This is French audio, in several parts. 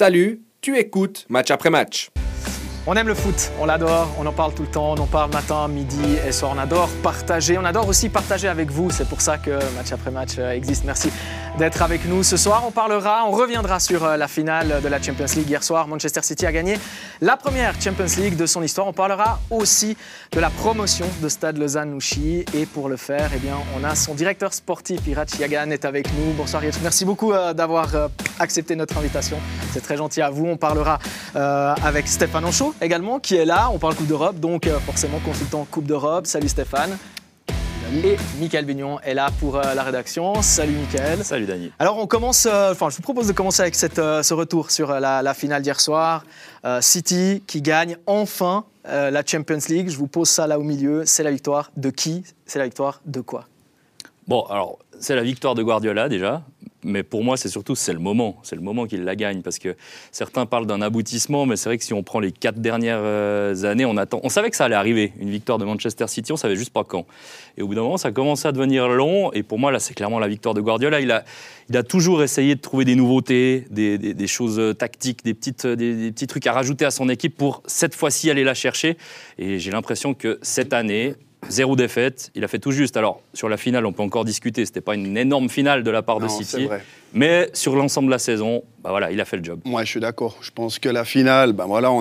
Salut, tu écoutes Match après match. On aime le foot, on l'adore, on en parle tout le temps, on en parle matin, midi et soir. On adore partager, on adore aussi partager avec vous. C'est pour ça que Match après match existe. Merci d'être avec nous ce soir. On reviendra sur la finale de la Champions League. Hier soir, Manchester City a gagné la première Champions League de son histoire. On parlera aussi de la promotion de Stade Lausanne-Ouchy. Et pour le faire, on a son directeur sportif, Irache Yagan, est avec nous. Bonsoir Irache, merci beaucoup d'avoir accepté notre invitation. C'est très gentil à vous. On parlera avec Stéphane Anchaud également, qui est là. On parle Coupe d'Europe, donc forcément consultant Coupe d'Europe. Salut Stéphane. Salut. Et Mickaël Vignon est là pour la rédaction. Salut Mickaël. Salut Dany. Alors on commence, je vous propose de commencer avec ce retour sur la finale d'hier soir. City qui gagne enfin la Champions League. Je vous pose ça là au milieu. C'est la victoire de qui ? C'est la victoire de quoi ? Bon, alors, c'est la victoire de Guardiola déjà, mais pour moi, c'est le moment. C'est le moment qu'il la gagne, parce que certains parlent d'un aboutissement, mais c'est vrai que si on prend les 4 dernières années, on savait que ça allait arriver, une victoire de Manchester City, on savait juste pas quand. Et au bout d'un moment, ça commençait à devenir long, et pour moi, là, c'est clairement la victoire de Guardiola. Il a toujours essayé de trouver des nouveautés, des choses tactiques, des petits trucs à rajouter à son équipe pour, cette fois-ci, aller la chercher. Et j'ai l'impression que cette année, 0 défaite, il a fait tout juste. Alors, sur la finale, on peut encore discuter. C'était pas une énorme finale de la part de City. Mais sur l'ensemble de la saison, il a fait le job. Moi, je suis d'accord. Je pense que la finale,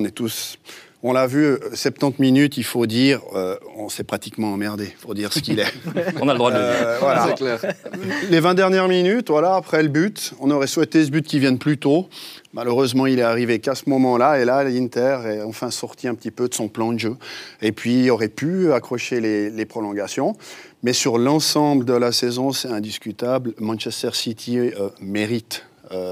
on l'a vu, 70 minutes, il faut dire, on s'est pratiquement emmerdé, il faut dire ce qu'il est. On a le droit de le dire. Voilà. C'est clair. Les 20 dernières minutes, après le but, on aurait souhaité ce but qui vienne plus tôt. Malheureusement, il est arrivé qu'à ce moment-là. Et là, l'Inter est enfin sorti un petit peu de son plan de jeu. Et puis, il aurait pu accrocher les prolongations. Mais sur l'ensemble de la saison, c'est indiscutable. Manchester City mérite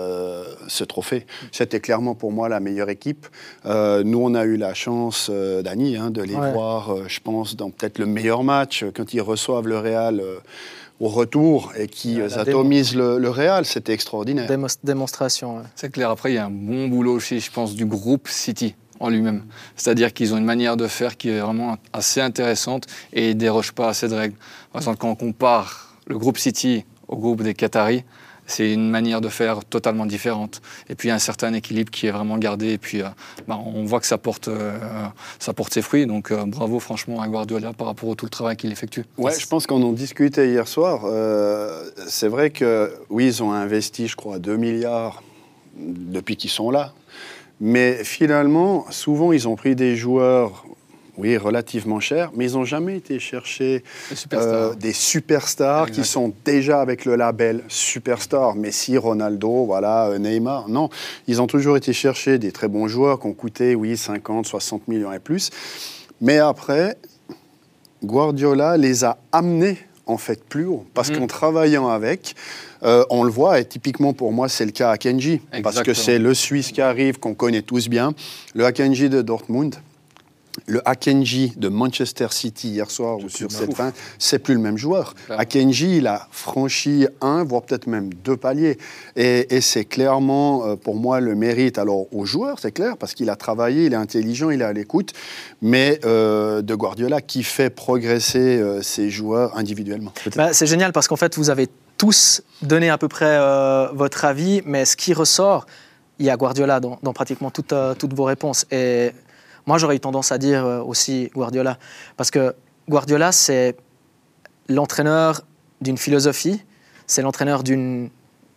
ce trophée. C'était clairement pour moi la meilleure équipe. Nous, on a eu la chance, Dany, de les voir, je pense, dans peut-être le meilleur match, quand ils reçoivent le Real au retour et qui atomisent le Real. C'était extraordinaire. Démonstration. Ouais. C'est clair. Après, il y a un bon boulot aussi, je pense, du groupe City en lui-même. C'est-à-dire qu'ils ont une manière de faire qui est vraiment assez intéressante et ils ne dérogent pas à cette règle. Par exemple, quand on compare le groupe City au groupe des Qataris, c'est une manière de faire totalement différente. Et puis, il y a un certain équilibre qui est vraiment gardé. Et puis, on voit que ça porte ses fruits. Donc, bravo, franchement, à Guardiola par rapport à tout le travail qu'il effectue. Ouais, je pense qu'on en discutait hier soir. C'est vrai que, oui, ils ont investi, je crois, 2 milliards depuis qu'ils sont là. Mais finalement, souvent, ils ont pris des joueurs... Oui, relativement cher, mais ils n'ont jamais été chercher des superstars qui sont déjà avec le label superstar. Messi, Ronaldo, Neymar. Non, ils ont toujours été chercher des très bons joueurs qui ont coûté, 50, 60 millions et plus. Mais après, Guardiola les a amenés, en fait, plus haut. Parce qu'en travaillant avec... on le voit, et typiquement pour moi, c'est le cas Akanji. Exactement. Parce que c'est le Suisse qui arrive, qu'on connaît tous bien. Le Akanji de Dortmund. Le Akanji de Manchester City hier soir sur cette fin, c'est plus le même joueur. Clairement. Akanji, il a franchi 1, voire peut-être même 2 paliers. Et c'est clairement, pour moi, le mérite. Alors, aux joueurs, c'est clair, parce qu'il a travaillé, il est intelligent, il est à l'écoute, mais de Guardiola qui fait progresser ses joueurs individuellement. C'est génial, parce qu'en fait, vous avez tous donné à peu près votre avis, mais ce qui ressort, il y a Guardiola dans pratiquement toutes vos réponses. Et moi, j'aurais eu tendance à dire aussi Guardiola, parce que Guardiola, c'est l'entraîneur d'une philosophie, c'est l'entraîneur d'une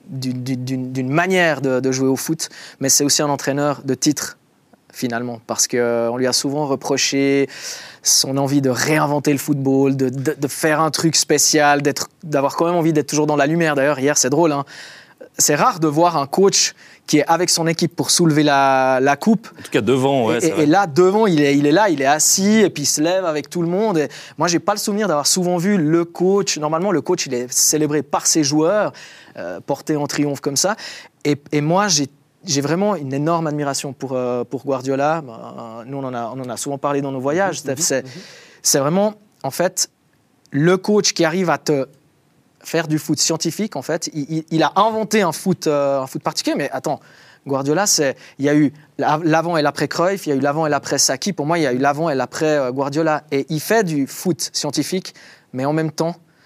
manière de jouer au foot, mais c'est aussi un entraîneur de titre, finalement, parce qu'on lui a souvent reproché son envie de réinventer le football, de faire un truc spécial, d'avoir quand même envie d'être toujours dans la lumière. D'ailleurs, hier, c'est drôle, c'est rare de voir un coach qui est avec son équipe pour soulever la coupe. En tout cas, devant. Et là, devant, il est là, il est assis, et puis il se lève avec tout le monde. Et moi, je n'ai pas le souvenir d'avoir souvent vu le coach. Normalement, le coach, il est célébré par ses joueurs, porté en triomphe comme ça. Et moi, j'ai vraiment une énorme admiration pour Guardiola. Nous, on en a souvent parlé dans nos voyages. C'est vraiment, en fait, le coach qui arrive à te faire du foot scientifique, en fait. Il a inventé un foot particulier, mais attends, Guardiola, il y a eu l'avant et l'après Cruyff, il y a eu l'avant et l'après Saki. Pour moi, il y a eu l'avant et l'après Guardiola. Et il fait du foot scientifique, mais en même temps,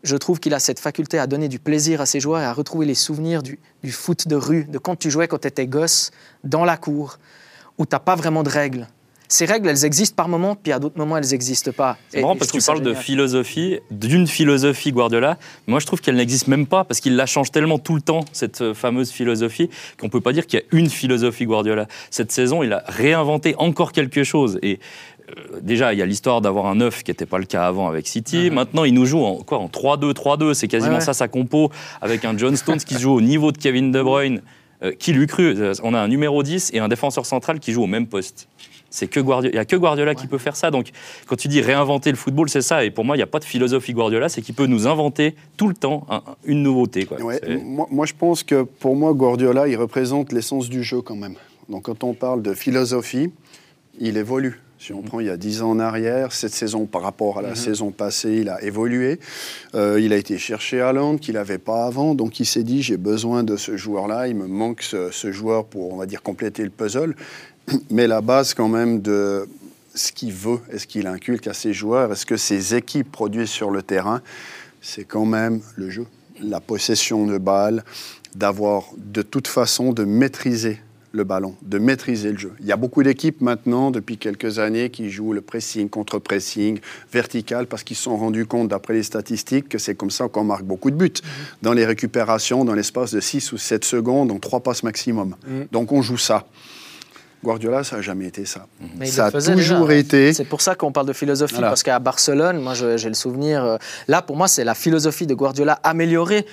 je trouve qu'il a cette faculté à donner du plaisir à ses joueurs et à retrouver les souvenirs du foot de rue, de quand tu jouais quand tu étais gosse, dans la cour, où tu n'as pas vraiment de règles. Ces règles, elles existent par moments, puis à d'autres moments, elles n'existent pas. C'est marrant parce que tu parles de philosophie, d'une philosophie Guardiola. Moi, je trouve qu'elle n'existe même pas parce qu'il la change tellement tout le temps, cette fameuse philosophie, qu'on ne peut pas dire qu'il y a une philosophie Guardiola. Cette saison, il a réinventé encore quelque chose. Et déjà, il y a l'histoire d'avoir un 9 qui n'était pas le cas avant avec City. Maintenant, il nous joue en 3-2-3-2. C'est quasiment ça sa compo, avec un John Stones qui se joue au niveau de Kevin De Bruyne. Qui lui cru? On a un numéro 10 et un défenseur central qui joue au même poste. Il n'y a que Guardiola qui peut faire ça. Donc, quand tu dis réinventer le football, c'est ça. Et pour moi, il n'y a pas de philosophie Guardiola, c'est qu'il peut nous inventer tout le temps une nouveauté. Quoi. Ouais, moi, je pense que pour moi, Guardiola, il représente l'essence du jeu quand même. Donc, quand on parle de philosophie, il évolue. Si on prend il y a 10 ans en arrière, cette saison par rapport à la saison passée, il a évolué. Il a été chercher Haaland qu'il n'avait pas avant. Donc il s'est dit, j'ai besoin de ce joueur-là. Il me manque ce joueur pour, on va dire, compléter le puzzle. Mais la base quand même de ce qu'il veut, est-ce qu'il inculque à ses joueurs, est-ce que ses équipes produisent sur le terrain, c'est quand même le jeu. La possession de balle, d'avoir de toute façon de maîtriser le ballon, de maîtriser le jeu. Il y a beaucoup d'équipes maintenant, depuis quelques années, qui jouent le pressing, contre-pressing, vertical, parce qu'ils se sont rendus compte, d'après les statistiques, que c'est comme ça qu'on marque beaucoup de buts. Dans les récupérations, dans l'espace de 6 ou 7 secondes, en 3 passes maximum. Donc on joue ça. Guardiola, ça n'a jamais été ça. Mais ça a toujours été... C'est pour ça qu'on parle de philosophie, parce qu'à Barcelone, moi j'ai le souvenir... là, pour moi, c'est la philosophie de Guardiola améliorée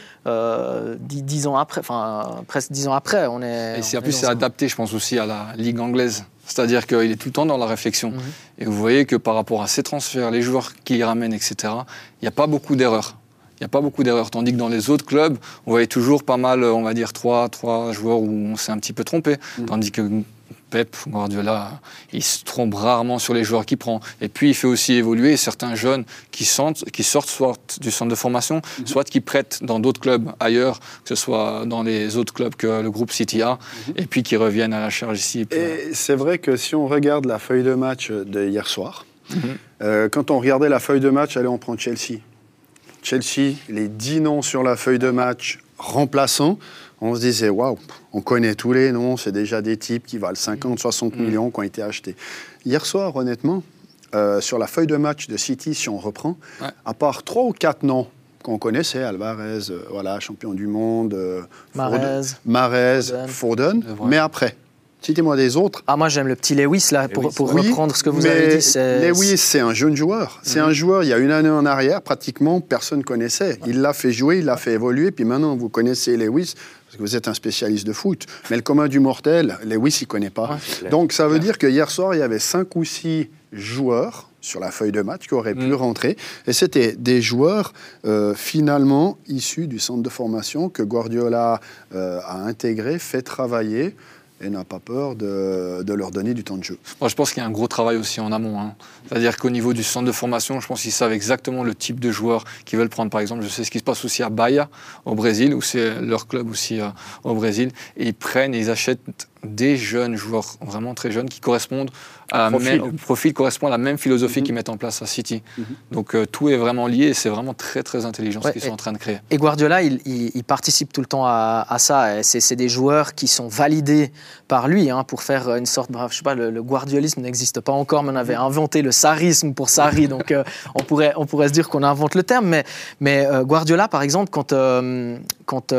10 ans après, enfin presque 10 ans après. Et en plus, c'est adapté, je pense, aussi à la Ligue anglaise. C'est-à-dire qu'il est tout le temps dans la réflexion. Et vous voyez que par rapport à ses transferts, les joueurs qu'il ramène, etc., il n'y a pas beaucoup d'erreurs. Il n'y a pas beaucoup d'erreurs, tandis que dans les autres clubs, on voyait toujours pas mal, on va dire, 3 joueurs où on s'est un petit peu trompé. Tandis que Pep Guardiola, il se trompe rarement sur les joueurs qu'il prend. Et puis, il fait aussi évoluer certains jeunes qui sortent soit du centre de formation, soit qui prêtent dans d'autres clubs ailleurs, que ce soit dans les autres clubs que le groupe City a, et puis qui reviennent à la charge ici. Et c'est vrai que si on regarde la feuille de match de hier soir, quand on regardait la feuille de match, allez, on prend Chelsea. Chelsea, les 10 noms sur la feuille de match remplaçants, on se disait, waouh, on connaît tous les noms, c'est déjà des types qui valent 50, 60 millions qui ont été achetés. Hier soir, honnêtement, sur la feuille de match de City, si on reprend, à part 3 ou 4 noms qu'on connaissait, Alvarez, voilà, champion du monde, Mahrez, Foden, mais après, citez-moi des autres. Ah, moi j'aime le petit Lewis, là, pour reprendre ce que vous avez dit. Lewis, c'est un jeune joueur. C'est un joueur, il y a une année en arrière, pratiquement, personne ne connaissait. Il l'a fait jouer, il l'a fait évoluer, puis maintenant, vous connaissez Lewis, parce que vous êtes un spécialiste de foot. Mais le commun du mortel, Lewis, il ne connaît pas. Donc, ça veut dire que hier soir, il y avait 5 ou 6 joueurs sur la feuille de match qui auraient pu rentrer. Et c'était des joueurs, finalement, issus du centre de formation que Guardiola a intégré, fait travailler, et n'a pas peur de leur donner du temps de jeu. Moi, je pense qu'il y a un gros travail aussi en amont. C'est-à-dire qu'au niveau du centre de formation, je pense qu'ils savent exactement le type de joueurs qu'ils veulent prendre. Par exemple, je sais ce qui se passe aussi à Bahia, au Brésil, où c'est leur club aussi au Brésil. Et ils prennent et ils achètent des jeunes joueurs, vraiment très jeunes, qui correspondent au profil correspond à la même philosophie qu'ils mettent en place à City. Donc tout est vraiment lié et c'est vraiment très très intelligent ce qu'ils sont en train de créer. Et Guardiola, il participe tout le temps à ça. Et c'est des joueurs qui sont validés par lui pour faire une sorte, je sais pas, le guardiolisme n'existe pas encore, mais on avait inventé le sarisme pour Sarri, donc on pourrait se dire qu'on invente le terme. Mais Guardiola, par exemple, quand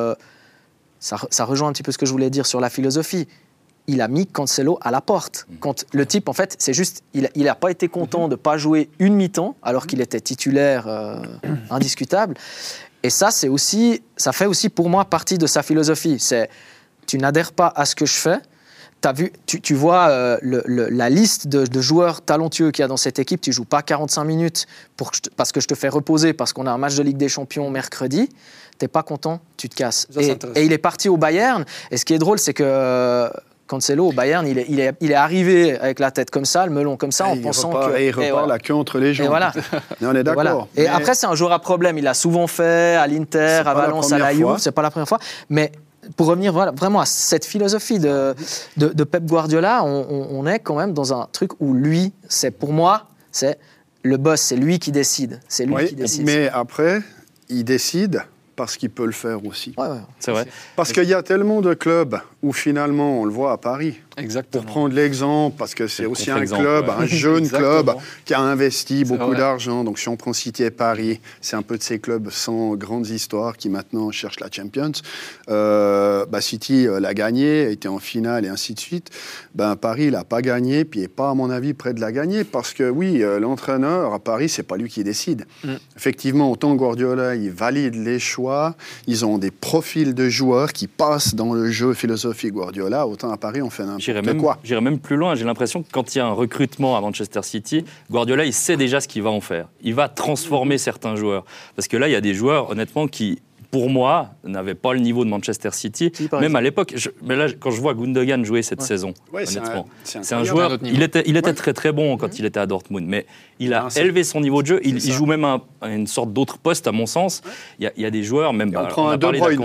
ça rejoint un petit peu ce que je voulais dire sur la philosophie. Il a mis Cancelo à la porte. Quand le type, en fait, c'est juste, il n'a pas été content de ne pas jouer une mi-temps, alors qu'il était titulaire indiscutable. Et ça fait aussi pour moi partie de sa philosophie. C'est, tu n'adhères pas à ce que je fais. Tu vois la liste de joueurs talentueux qu'il y a dans cette équipe. Tu ne joues pas 45 minutes parce que je te fais reposer, parce qu'on a un match de Ligue des Champions mercredi. Tu n'es pas content, tu te casses. Et il est parti au Bayern. Et ce qui est drôle, c'est que Cancelo, au Bayern, il est arrivé avec la tête comme ça, le melon comme ça, en pensant que... Et il repart la queue entre les jambes. Et voilà. On est d'accord. Voilà. Et après, c'est un joueur à problème. Il l'a souvent fait à l'Inter, à Valence, à la Juve. C'est pas la première fois. Mais pour revenir vraiment à cette philosophie de Pep Guardiola, on est quand même dans un truc où lui, pour moi, c'est le boss, c'est lui qui décide. C'est lui qui décide. Mais après, il décide parce qu'il peut le faire aussi. Ouais. C'est vrai. Parce qu'il y a tellement de clubs où finalement, on le voit à Paris, Exactement. pour prendre l'exemple, parce que c'est le aussi un contre-exemple, club, ouais. un jeune Exactement. club qui a investi beaucoup vrai. d'argent. Donc si on prend City et Paris, c'est un peu de ces clubs sans grandes histoires qui maintenant cherchent la Champions. City l'a gagné, était en finale et ainsi de suite. Paris l'a pas gagné, puis n'est pas à mon avis près de la gagner, parce que oui, l'entraîneur à Paris, c'est pas lui qui décide. Effectivement, autant Guardiola, il valide les choix, ils ont des profils de joueurs qui passent dans le jeu philosophie Guardiola, autant à Paris, on fait n'importe quoi. J'irais même plus loin. J'ai l'impression que quand il y a un recrutement à Manchester City, Guardiola, il sait déjà ce qu'il va en faire. Il va transformer certains joueurs. Parce que là, il y a des joueurs, honnêtement, qui, pour moi, n'avaient pas le niveau de Manchester City. Même à l'époque, mais là, quand je vois Gundogan jouer cette saison, honnêtement, c'est un joueur. Il était très très bon quand il était à Dortmund, mais il a élevé son niveau de jeu. Il joue même à une sorte d'autre poste, à mon sens. Il y a des joueurs, même. On prend un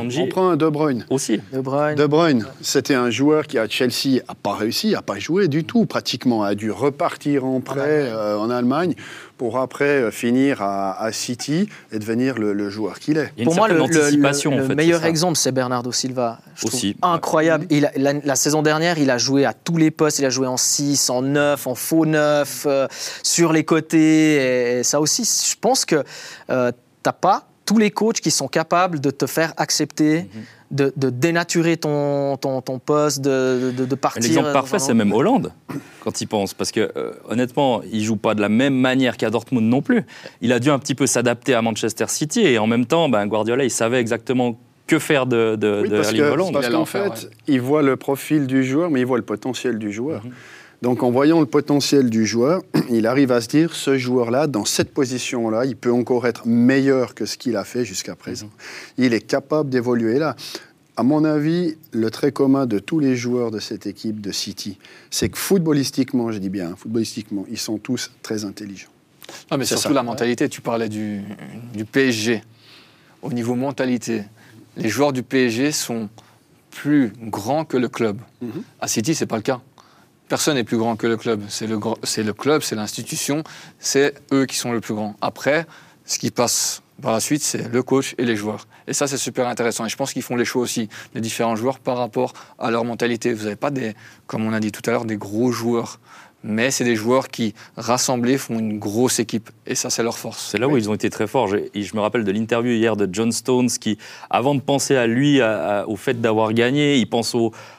De Bruyne. Aussi. De Bruyne, c'était un joueur qui à Chelsea n'a pas réussi, n'a pas joué du tout, pratiquement, a dû repartir en prêt en Allemagne pour après finir à City et devenir le joueur qu'il est. Pour moi, le meilleur exemple, c'est Bernardo Silva. Je aussi. trouve incroyable. La saison dernière, il a joué à tous les postes. Il a joué en 6, en 9, en faux 9, sur les côtés. Et ça aussi, je pense que t'as pas tous les coachs qui sont capables de te faire accepter, de dénaturer ton poste, de partir. L'exemple parfait, c'est même Hollande, quand il pense. Parce que, honnêtement, il ne joue pas de la même manière qu'à Dortmund non plus. Il a dû un petit peu s'adapter à Manchester City. Et en même temps, Guardiola, il savait exactement que faire de Erling Haaland. Parce qu'en fait, il voit le profil du joueur, mais il voit le potentiel du joueur. Donc, en voyant le potentiel du joueur, il arrive à se dire, ce joueur-là, dans cette position-là, il peut encore être meilleur que ce qu'il a fait jusqu'à présent. Il est capable d'évoluer là. À mon avis, le trait commun de tous les joueurs de cette équipe de City, c'est que footballistiquement, je dis bien, footballistiquement, ils sont tous très intelligents. Non, mais c'est surtout la mentalité. Tu parlais du PSG. Au niveau mentalité, les joueurs du PSG sont plus grands que le club. À City, c'est pas le cas. Personne n'est plus grand que le club. C'est le club, c'est l'institution, c'est eux qui sont le plus grands. Après, ce qui passe par la suite, c'est le coach et les joueurs. Et ça, c'est super intéressant. Et je pense qu'ils font les choix aussi, les différents joueurs, par rapport à leur mentalité. Vous n'avez pas, comme on a dit tout à l'heure, des gros joueurs. Mais c'est des joueurs qui, rassemblés, font une grosse équipe. Et ça, c'est leur force. C'est là où ils ont été très forts. Je me rappelle de l'interview hier de John Stones qui, avant de penser à lui, au fait d'avoir gagné, il pense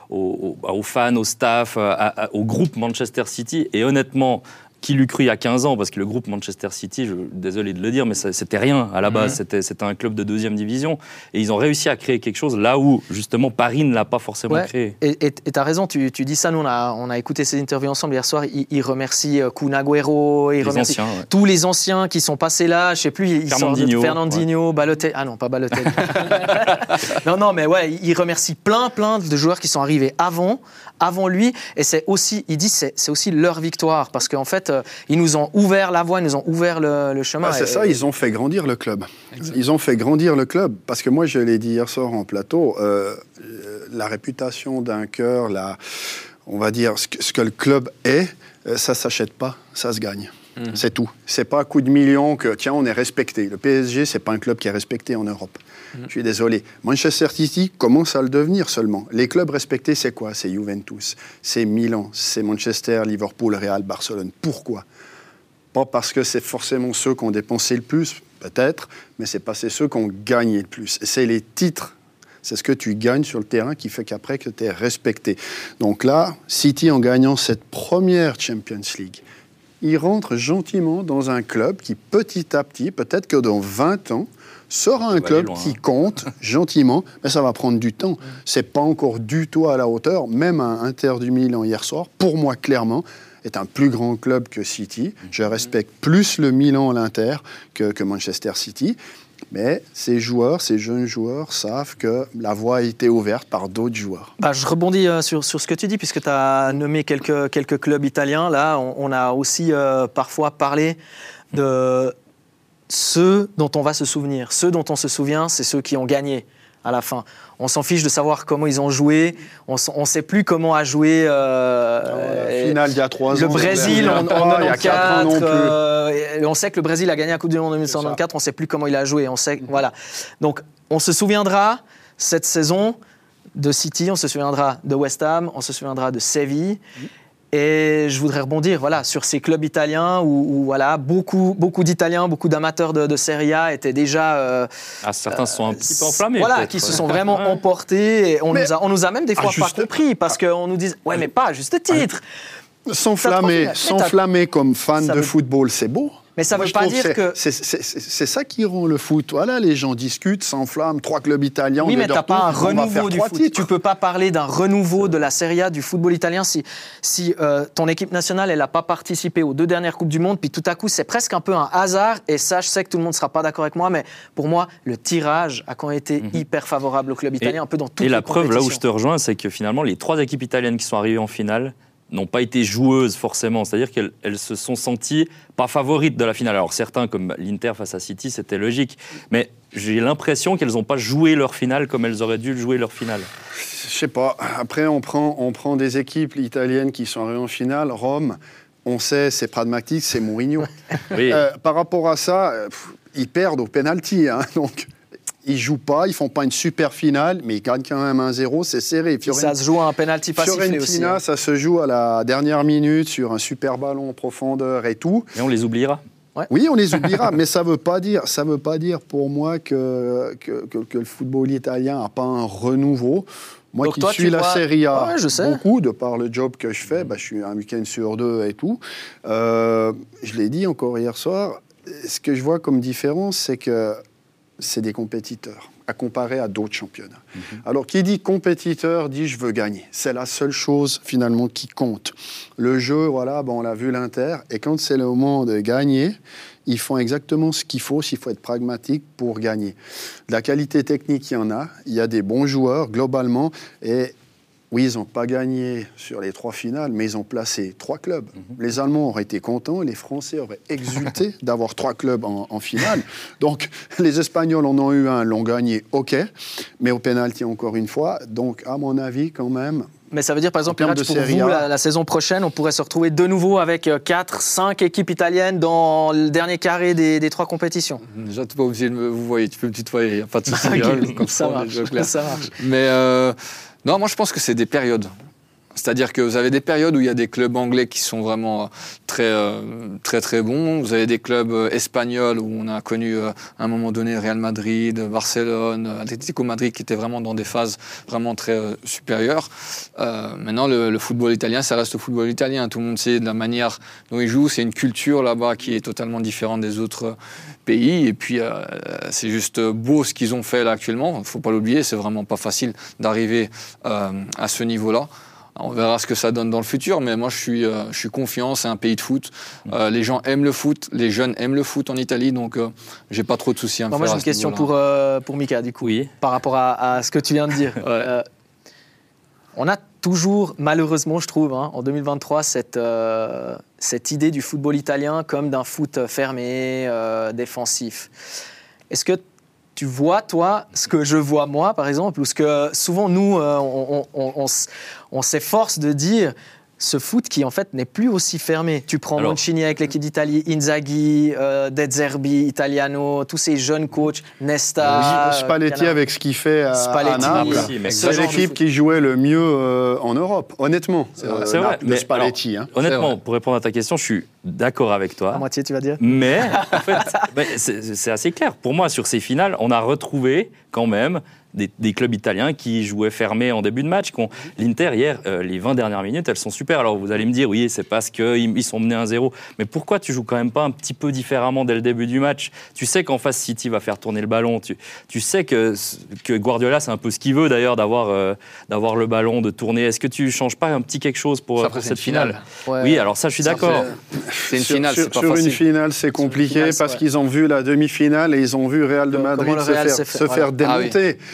aux fans, au staff, au groupe Manchester City. Et honnêtement, qui l'eût cru il y a 15 ans, parce que le groupe Manchester City, désolé de le dire, mais c'était rien à la base. C'était un club de 2e division. Et ils ont réussi à créer quelque chose là où, justement, Paris ne l'a pas forcément créé. Et tu as raison, tu dis ça. Nous, on a écouté ces interviews ensemble hier soir. Il remercie Kun Agüero, il remercie tous les anciens qui sont passés là. Je ne sais plus, Fernandinho, Balotelli. Ah non, pas Balotelli. non, mais ouais, il remercie plein de joueurs qui sont arrivés avant lui. Et c'est aussi, il dit, c'est aussi leur victoire. Parce qu'en fait, ils nous ont ouvert la voie, ils nous ont ouvert le chemin. C'est ça, ils ont fait grandir le club. Exactement. Ils ont fait grandir le club. Parce que moi, je l'ai dit hier soir en plateau, la réputation d'un cœur, on va dire, ce que le club est, ça ne s'achète pas, ça se gagne. C'est tout. C'est pas à coup de millions que, tiens, on est respecté. Le PSG, c'est pas un club qui est respecté en Europe. Je suis désolé. Manchester City commence à le devenir seulement. Les clubs respectés, c'est quoi? C'est Juventus, c'est Milan, c'est Manchester, Liverpool, Real, Barcelone. Pourquoi? Pas parce que c'est forcément ceux qui ont dépensé le plus, peut-être, mais c'est parce que c'est ceux qui ont gagné le plus. C'est les titres. C'est ce que tu gagnes sur le terrain qui fait qu'après que tu es respecté. Donc là, City, en gagnant cette première Champions League, il rentre gentiment dans un club qui, petit à petit, peut-être que dans 20 ans, sera un club qui compte gentiment, mais ça va prendre du temps. C'est pas encore du tout à la hauteur. Même un Inter du Milan hier soir, pour moi, clairement, est un plus grand club que City. Je respecte plus le Milan, l'Inter, que Manchester City. Mais ces jeunes joueurs savent que la voie a été ouverte par d'autres joueurs. Je rebondis sur ce que tu dis, puisque tu as nommé quelques clubs italiens. Là, on a aussi parfois parlé de ceux dont on va se souvenir. Ceux dont on se souvient, c'est ceux qui ont gagné. à la fin. On s'en fiche de savoir comment ils ont joué. On ne sait plus comment a joué finale il y a 3 ans. Le Brésil en 94. Il y a 4 ans non plus. On sait que le Brésil a gagné la Coupe du Monde en 1994. On ne sait plus comment il a joué. On sait, voilà. Donc, on se souviendra cette saison de City, on se souviendra de West Ham, on se souviendra de Séville. Et je voudrais rebondir sur ces clubs italiens où voilà, beaucoup d'Italiens, beaucoup d'amateurs de Serie A étaient déjà... certains se sont un petit peu enflammés. Voilà, qui se sont vraiment emportés. Et on nous a même des fois pas compris parce qu'on nous dit « Ouais, mais pas à juste titre ». S'enflammer comme fan de football, c'est beau. Mais ça ne veut pas dire que... C'est ça qui rend le foot. Voilà, les gens discutent, s'enflamment, 3 clubs italiens. Oui, mais tu n'as pas un renouveau du foot. Tu ne peux pas parler d'un renouveau de la Serie A, du football italien, si ton équipe nationale, elle n'a pas participé aux 2 dernières Coupes du Monde, puis tout à coup, c'est presque un peu un hasard. Et ça, je sais que tout le monde ne sera pas d'accord avec moi, mais pour moi, le tirage a quand même été hyper favorable au club italien, un peu dans toutes les compétitions. Et la preuve, là où je te rejoins, c'est que finalement, les 3 équipes italiennes qui sont arrivées en finale n'ont pas été joueuses forcément, c'est-à-dire qu'elles se sont senties pas favorites de la finale. Alors certains, comme l'Inter face à City, c'était logique, mais j'ai l'impression qu'elles n'ont pas joué leur finale comme elles auraient dû jouer leur finale. Je sais pas. Après, on prend des équipes italiennes qui sont arrivées en finale. Rome, on sait, c'est pragmatique, c'est Mourinho. Oui. Par rapport à ça, ils perdent au penalty, hein, donc... Ils jouent pas, ils font pas une super finale, mais ils gagnent quand même 1-0, c'est serré. Ça se joue à un penalty pas sifflé aussi. Fiorentina, ça se joue à la dernière minute sur un super ballon en profondeur et tout. Et on les oubliera. Ouais. Oui, on les oubliera, mais ça veut pas dire pour moi que le football italien n'a pas un renouveau. Moi donc qui toi, suis la Serie A beaucoup, de par le job que je fais, je suis un week-end sur 2 et tout. Je l'ai dit encore hier soir, ce que je vois comme différence, c'est que c'est des compétiteurs, à comparer à d'autres championnats. Alors, qui dit compétiteur, dit je veux gagner. C'est la seule chose, finalement, qui compte. Le jeu, voilà, on l'a vu l'Inter, et quand c'est le moment de gagner, ils font exactement ce qu'il faut, s'il faut être pragmatique pour gagner. De la qualité technique, il y en a. Il y a des bons joueurs, globalement, et... Oui, ils n'ont pas gagné sur les 3 finales, mais ils ont placé 3 clubs. Les Allemands auraient été contents, les Français auraient exulté d'avoir 3 clubs en finale. Donc, les Espagnols en ont eu un, l'ont gagné, ok, mais au pénalty encore une fois. Donc, à mon avis, quand même... Mais ça veut dire, par exemple, pour vous, la saison prochaine, on pourrait se retrouver de nouveau avec 4, 5 équipes italiennes dans le dernier carré des 3 compétitions. Déjà, tu n'es pas obligé de me vous voyez, tu peux me tutoyer, il n'y a pas de souci. Ça marche. Mais non, moi je pense que c'est des périodes. C'est-à-dire que vous avez des périodes où il y a des clubs anglais qui sont vraiment très bons. Vous avez des clubs espagnols où on a connu à un moment donné Real Madrid, Barcelone, Atlético Madrid qui étaient vraiment dans des phases vraiment très supérieures. Maintenant, le football italien, ça reste le football italien. Tout le monde sait de la manière dont ils jouent. C'est une culture là-bas qui est totalement différente des autres pays. Et puis, c'est juste beau ce qu'ils ont fait là actuellement. Il ne faut pas l'oublier, c'est vraiment pas facile d'arriver à ce niveau-là. On verra ce que ça donne dans le futur, mais moi je suis confiant, c'est un pays de foot. Les gens aiment le foot, les jeunes aiment le foot en Italie, donc j'ai pas trop de soucis à me faire. Moi j'ai une question pour Mika, du coup, par rapport à ce que tu viens de dire. Ouais. On a toujours, malheureusement je trouve, en 2023, cette idée du football italien comme d'un foot fermé, défensif. Est-ce que tu vois, toi, ce que je vois moi, par exemple, ou ce que souvent nous, on s'efforce de dire, ce foot qui, en fait, n'est plus aussi fermé. Tu prends Mancini avec l'équipe d'Italie, Inzaghi, De Zerbi, Italiano, tous ces jeunes coachs, Nesta... Spalletti avec ce qu'il fait à Naples. C'est l'équipe qui jouait le mieux en Europe, honnêtement. C'est vrai. Mais Spalletti. Honnêtement, pour répondre à ta question, je suis d'accord avec toi. À moitié, tu vas dire. Mais, en fait, c'est assez clair. Pour moi, sur ces finales, on a retrouvé quand même des clubs italiens qui jouaient fermés en début de match. L'Inter, hier, les 20 dernières minutes, elles sont super. Alors, vous allez me dire, oui, c'est parce qu'ils sont menés 1-0. Mais pourquoi tu joues quand même pas un petit peu différemment dès le début du match ? Tu sais qu'en face, City va faire tourner le ballon. Tu sais que Guardiola, c'est un peu ce qu'il veut, d'ailleurs, d'avoir le ballon, de tourner. Est-ce que tu changes pas un petit quelque chose pour cette finale ? Ouais. Oui, alors ça, je suis d'accord. C'est une finale, c'est pas sur facile. Une finale, c'est compliqué parce qu'ils ont vu la demi-finale et ils ont vu Real de Madrid se faire démonter.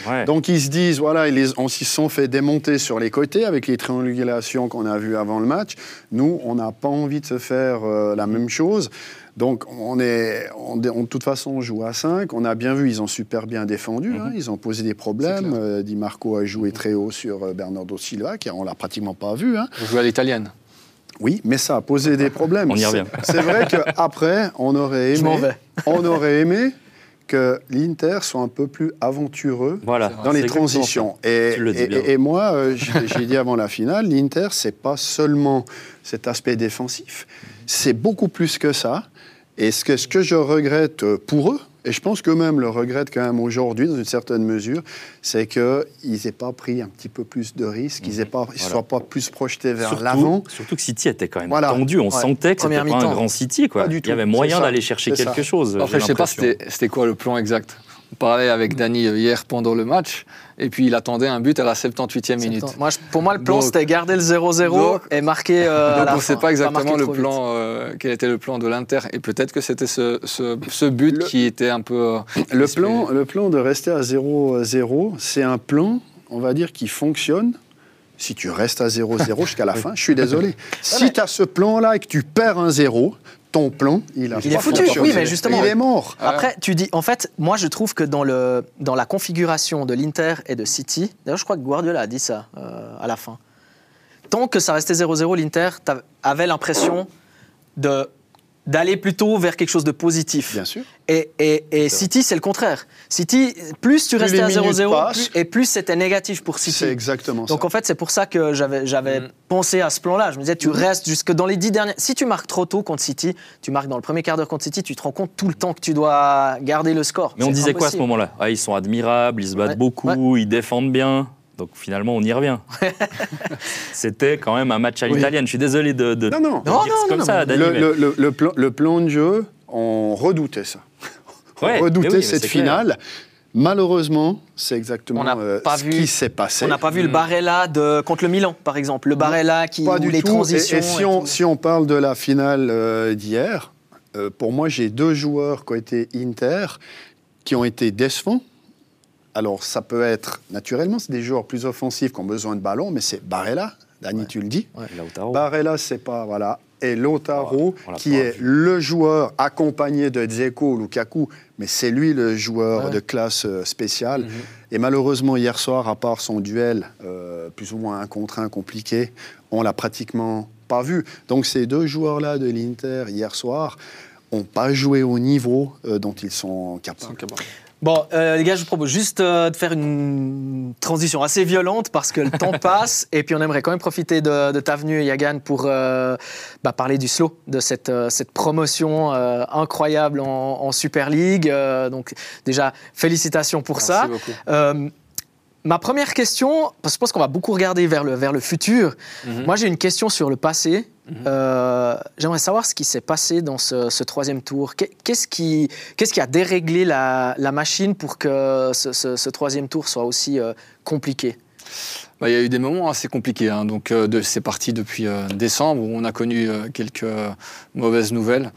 Ouais. Donc ils se disent, voilà, on s'y sont fait démonter sur les côtés avec les triangulations qu'on a vues avant le match. Nous, on n'a pas envie de se faire la même chose. Donc, de toute façon, on joue à 5. On a bien vu, ils ont super bien défendu. Hein, ils ont posé des problèmes. Di Marco a joué très haut sur Bernardo Silva, on ne l'a pratiquement pas vu. Hein. Vous jouez à l'italienne. Oui, mais ça a posé des problèmes. On y revient. C'est vrai qu'après, on aurait aimé que l'Inter soit un peu plus aventureux dans les transitions. Et moi, j'ai dit avant la finale, l'Inter, ce n'est pas seulement cet aspect défensif, c'est beaucoup plus que ça. Et ce que je regrette pour eux, et je pense qu'eux-mêmes le regrettent quand même aujourd'hui, dans une certaine mesure, c'est qu'ils n'aient pas pris un petit peu plus de risques, qu'ils ne soient pas plus projetés vers l'avant. Surtout que City était quand même tendu. On sentait que ce n'était pas un grand City. Quoi. Il y avait moyen d'aller chercher quelque chose. Après, je ne sais pas c'était quoi le plan exact. On parlait avec Dany hier pendant le match, et puis il attendait un but à la 78e minute. Pour moi, le plan, c'était garder le 0-0 et marquer donc on ne sait pas exactement le plan, quel était le plan de l'Inter. Et peut-être que c'était ce but qui était un peu... Le plan de rester à 0-0, c'est un plan, on va dire, qui fonctionne si tu restes à 0-0 jusqu'à la fin. Je suis désolé. Si tu as ce plan-là et que tu perds un 0... ton plan, il est foutu. Oui, mais justement, il est mort. Après, tu dis, en fait, moi je trouve que dans la configuration de l'Inter et de City, d'ailleurs je crois que Guardiola a dit ça à la fin, tant que ça restait 0-0, l'Inter avait l'impression d'aller plutôt vers quelque chose de positif. Bien sûr. Et City, c'est le contraire. City, plus tu restais à 0-0, plus c'était négatif pour City. C'est exactement ça. Donc en fait, c'est pour ça que j'avais pensé à ce plan-là. Je me disais, tu restes jusque dans les 10 derniers... Si tu marques trop tôt contre City, tu marques dans le premier quart d'heure contre City, tu te rends compte tout le temps que tu dois garder le score. Mais on disait quoi à ce moment-là ? Ils sont admirables, ils se battent beaucoup, ils défendent bien. Donc finalement, on y revient. C'était quand même un match à l'italienne. Je suis désolé de dire comme ça, Dany. Le plan de jeu, on redoutait ça. On redoutait cette finale. Malheureusement, c'est exactement ce qui s'est passé. On n'a pas vu le Barella contre le Milan, par exemple. Le Barella les transitions... Et si on parle de la finale d'hier, pour moi, j'ai 2 joueurs qui ont été Inter, qui ont été décevants. Alors, ça peut être, naturellement, c'est des joueurs plus offensifs qui ont besoin de ballon, mais c'est Barella, Dany, tu le dis. Barella, c'est pas, voilà. Et Lautaro, qui est le joueur accompagné de Dzeko ou Lukaku, mais c'est lui le joueur de classe spéciale. Et malheureusement, hier soir, à part son duel, plus ou moins 1 contre 1 compliqué, on l'a pratiquement pas vu. Donc, ces 2 joueurs-là de l'Inter, hier soir, n'ont pas joué au niveau dont ils sont capables. Bon, les gars, je vous propose juste de faire une transition assez violente parce que le temps passe et puis on aimerait quand même profiter de ta venue, Yagan, pour parler du slow, de cette promotion incroyable en Super League. Donc déjà, félicitations pour ça. Merci beaucoup. Ma première question, parce que je pense qu'on va beaucoup regarder vers le futur. Moi, j'ai une question sur le passé. J'aimerais savoir ce qui s'est passé dans ce 3e tour. Qu'est-ce qui a déréglé la machine pour que ce 3e tour soit aussi compliqué ? Il y a eu des moments assez compliqués. Donc, c'est parti depuis décembre où on a connu quelques mauvaises nouvelles.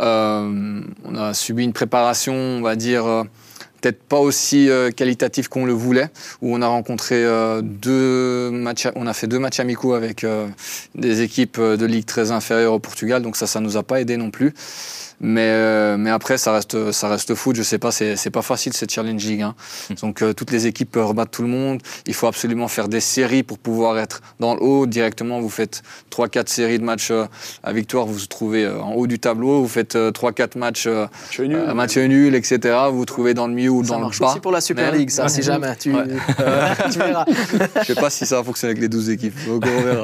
On a subi une préparation, on va dire... peut-être pas aussi qualitatif qu'on le voulait, où on a rencontré on a fait 2 matchs amicaux avec des équipes de ligue très inférieures au Portugal, donc ça nous a pas aidé non plus. Mais après, ça reste foot. Je sais pas, c'est pas facile cette Challenge League. Donc toutes les équipes peuvent rebattre tout le monde. Il faut absolument faire des séries pour pouvoir être dans le haut. Directement, vous faites 3-4 séries de matchs à victoire, vous vous trouvez en haut du tableau. Vous faites 3-4 matchs nuls, etc. Vous vous trouvez dans le milieu ou dans le bas. Ça marche aussi pour la Super League, ça, si jamais. Tu verras. Je sais pas si ça fonctionne avec les 12 équipes. Donc on verra.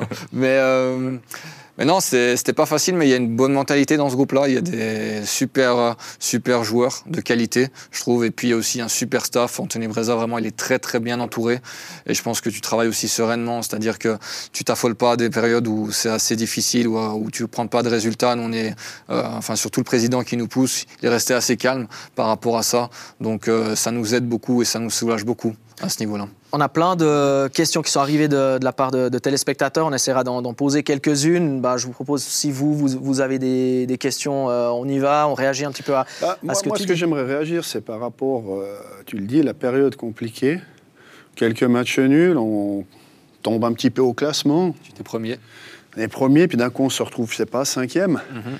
Mais non, c'était pas facile, mais il y a une bonne mentalité dans ce groupe-là. Il y a des super joueurs de qualité, je trouve. Et puis il y a aussi un super staff. Anthony Breza, vraiment, il est très très bien entouré. Et je pense que tu travailles aussi sereinement, c'est-à-dire que tu t'affoles pas à des périodes où c'est assez difficile, où tu prends pas de résultats. Nous, on est, surtout le président qui nous pousse, il est resté assez calme par rapport à ça. Donc ça nous aide beaucoup et ça nous soulage beaucoup à ce niveau-là. On a plein de questions qui sont arrivées de la part de téléspectateurs. On essaiera d'en poser quelques-unes. Je vous propose, si vous avez des questions, on y va, on réagit un petit peu à ce que tu dis. Ce que j'aimerais réagir, c'est par rapport, tu le dis, la période compliquée. quelques matchs nuls, on tombe un petit peu au classement. Tu étais premier. On est premier, puis d'un coup, on se retrouve, je sais pas, 5e.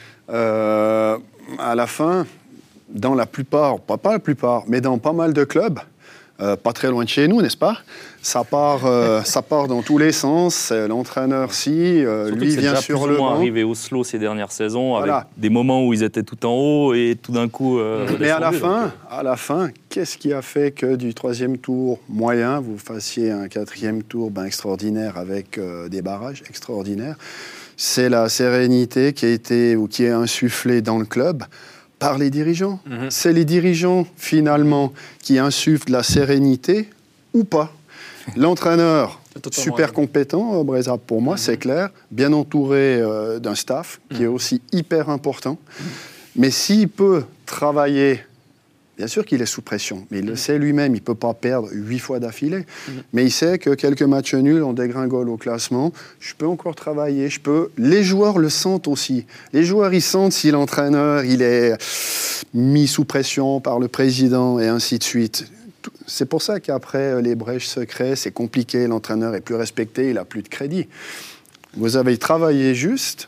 À la fin, dans la plupart, pas la plupart, mais dans pas mal de clubs, pas très loin de chez nous, n'est-ce pas? Ça part dans tous les sens. L'entraîneur, lui vient sur le banc. Arrivé au slow ces dernières saisons, voilà. avec des moments où ils étaient tout en haut et tout d'un coup. Mais à la fin, qu'est-ce qui a fait que du 3e tour moyen, vous fassiez un 4e tour extraordinaire avec des barrages extraordinaires? C'est la sérénité qui est insufflée dans le club par les dirigeants. C'est les dirigeants, finalement, qui insufflent la sérénité ou pas. L'entraîneur, super compétent, Breza, pour moi, c'est clair, bien entouré d'un staff qui est aussi hyper important. Mais s'il peut travailler, bien sûr qu'il est sous pression, mais il le sait lui-même, il ne peut pas perdre 8 fois d'affilée. Mais il sait que quelques matchs nuls, on dégringole au classement, je peux encore travailler, Les joueurs le sentent aussi. Les joueurs, ils sentent si l'entraîneur, il est mis sous pression par le président et ainsi de suite. C'est pour ça qu'après, les brèches se créent, c'est compliqué, l'entraîneur est plus respecté, il n'a plus de crédit. Vous avez travaillé juste,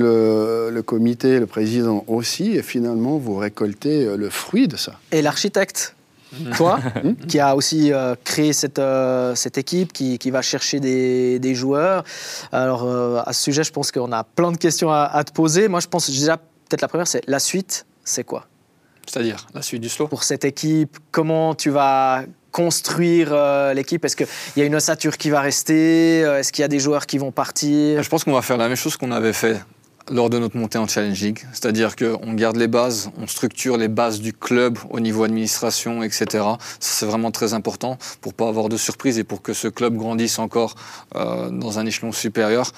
le comité, le président aussi, et finalement, vous récoltez le fruit de ça. Et l'architecte, toi, qui a aussi créé cette équipe, qui va chercher des joueurs. Alors, à ce sujet, je pense qu'on a plein de questions à te poser. Moi, je pense déjà, peut-être la première, c'est la suite, c'est quoi? C'est-à-dire la suite du slow. Pour cette équipe, comment tu vas construire l'équipe? Est-ce qu'il y a une ossature qui va rester? Est-ce qu'il y a des joueurs qui vont partir? Je pense qu'on va faire la même chose qu'on avait fait lors de notre montée en Challenge League. C'est-à-dire qu'on garde les bases, on structure les bases du club au niveau administration, etc. Ça, c'est vraiment très important pour ne pas avoir de surprise et pour que ce club grandisse encore dans un échelon supérieur.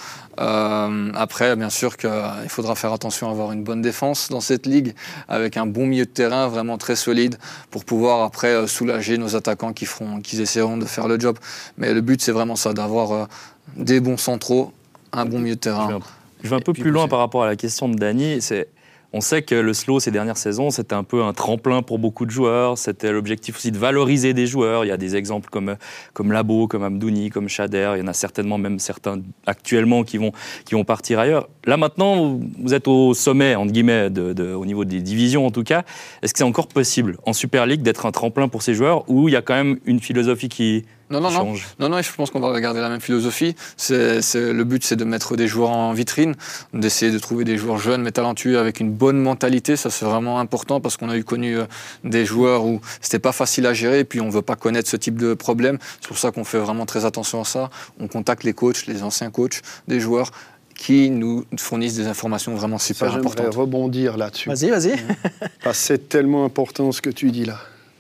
Après, bien sûr qu'il faudra faire attention à avoir une bonne défense dans cette ligue, avec un bon milieu de terrain vraiment très solide pour pouvoir après soulager nos attaquants qui essaieront de faire le job. Mais le but, c'est vraiment ça, d'avoir des bons centraux, un bon milieu de terrain. Je vais un peu plus loin par rapport à la question de Dany. On sait que le slow, ces dernières saisons, c'était un peu un tremplin pour beaucoup de joueurs. C'était l'objectif aussi de valoriser des joueurs. Il y a des exemples comme Labo, comme Amdouni, comme Chader. Il y en a certainement même certains actuellement qui vont partir ailleurs. Là, maintenant, vous êtes au sommet, entre guillemets, au niveau des divisions en tout cas. Est-ce que c'est encore possible, en Super League, d'être un tremplin pour ces joueurs ou il y a quand même une philosophie qui change? Non, je pense qu'on va garder la même philosophie. Le but, c'est de mettre des joueurs en vitrine, d'essayer de trouver des joueurs jeunes mais talentueux avec une bonne mentalité. Ça, c'est vraiment important parce qu'on a connu des joueurs où c'était pas facile à gérer et puis on veut pas connaître ce type de problème. C'est pour ça qu'on fait vraiment très attention à ça. On contacte les coachs, les anciens coachs des joueurs qui nous fournissent des informations vraiment super importantes. J'aimerais rebondir là-dessus. Vas-y. Parce que c'est tellement important ce que tu dis là.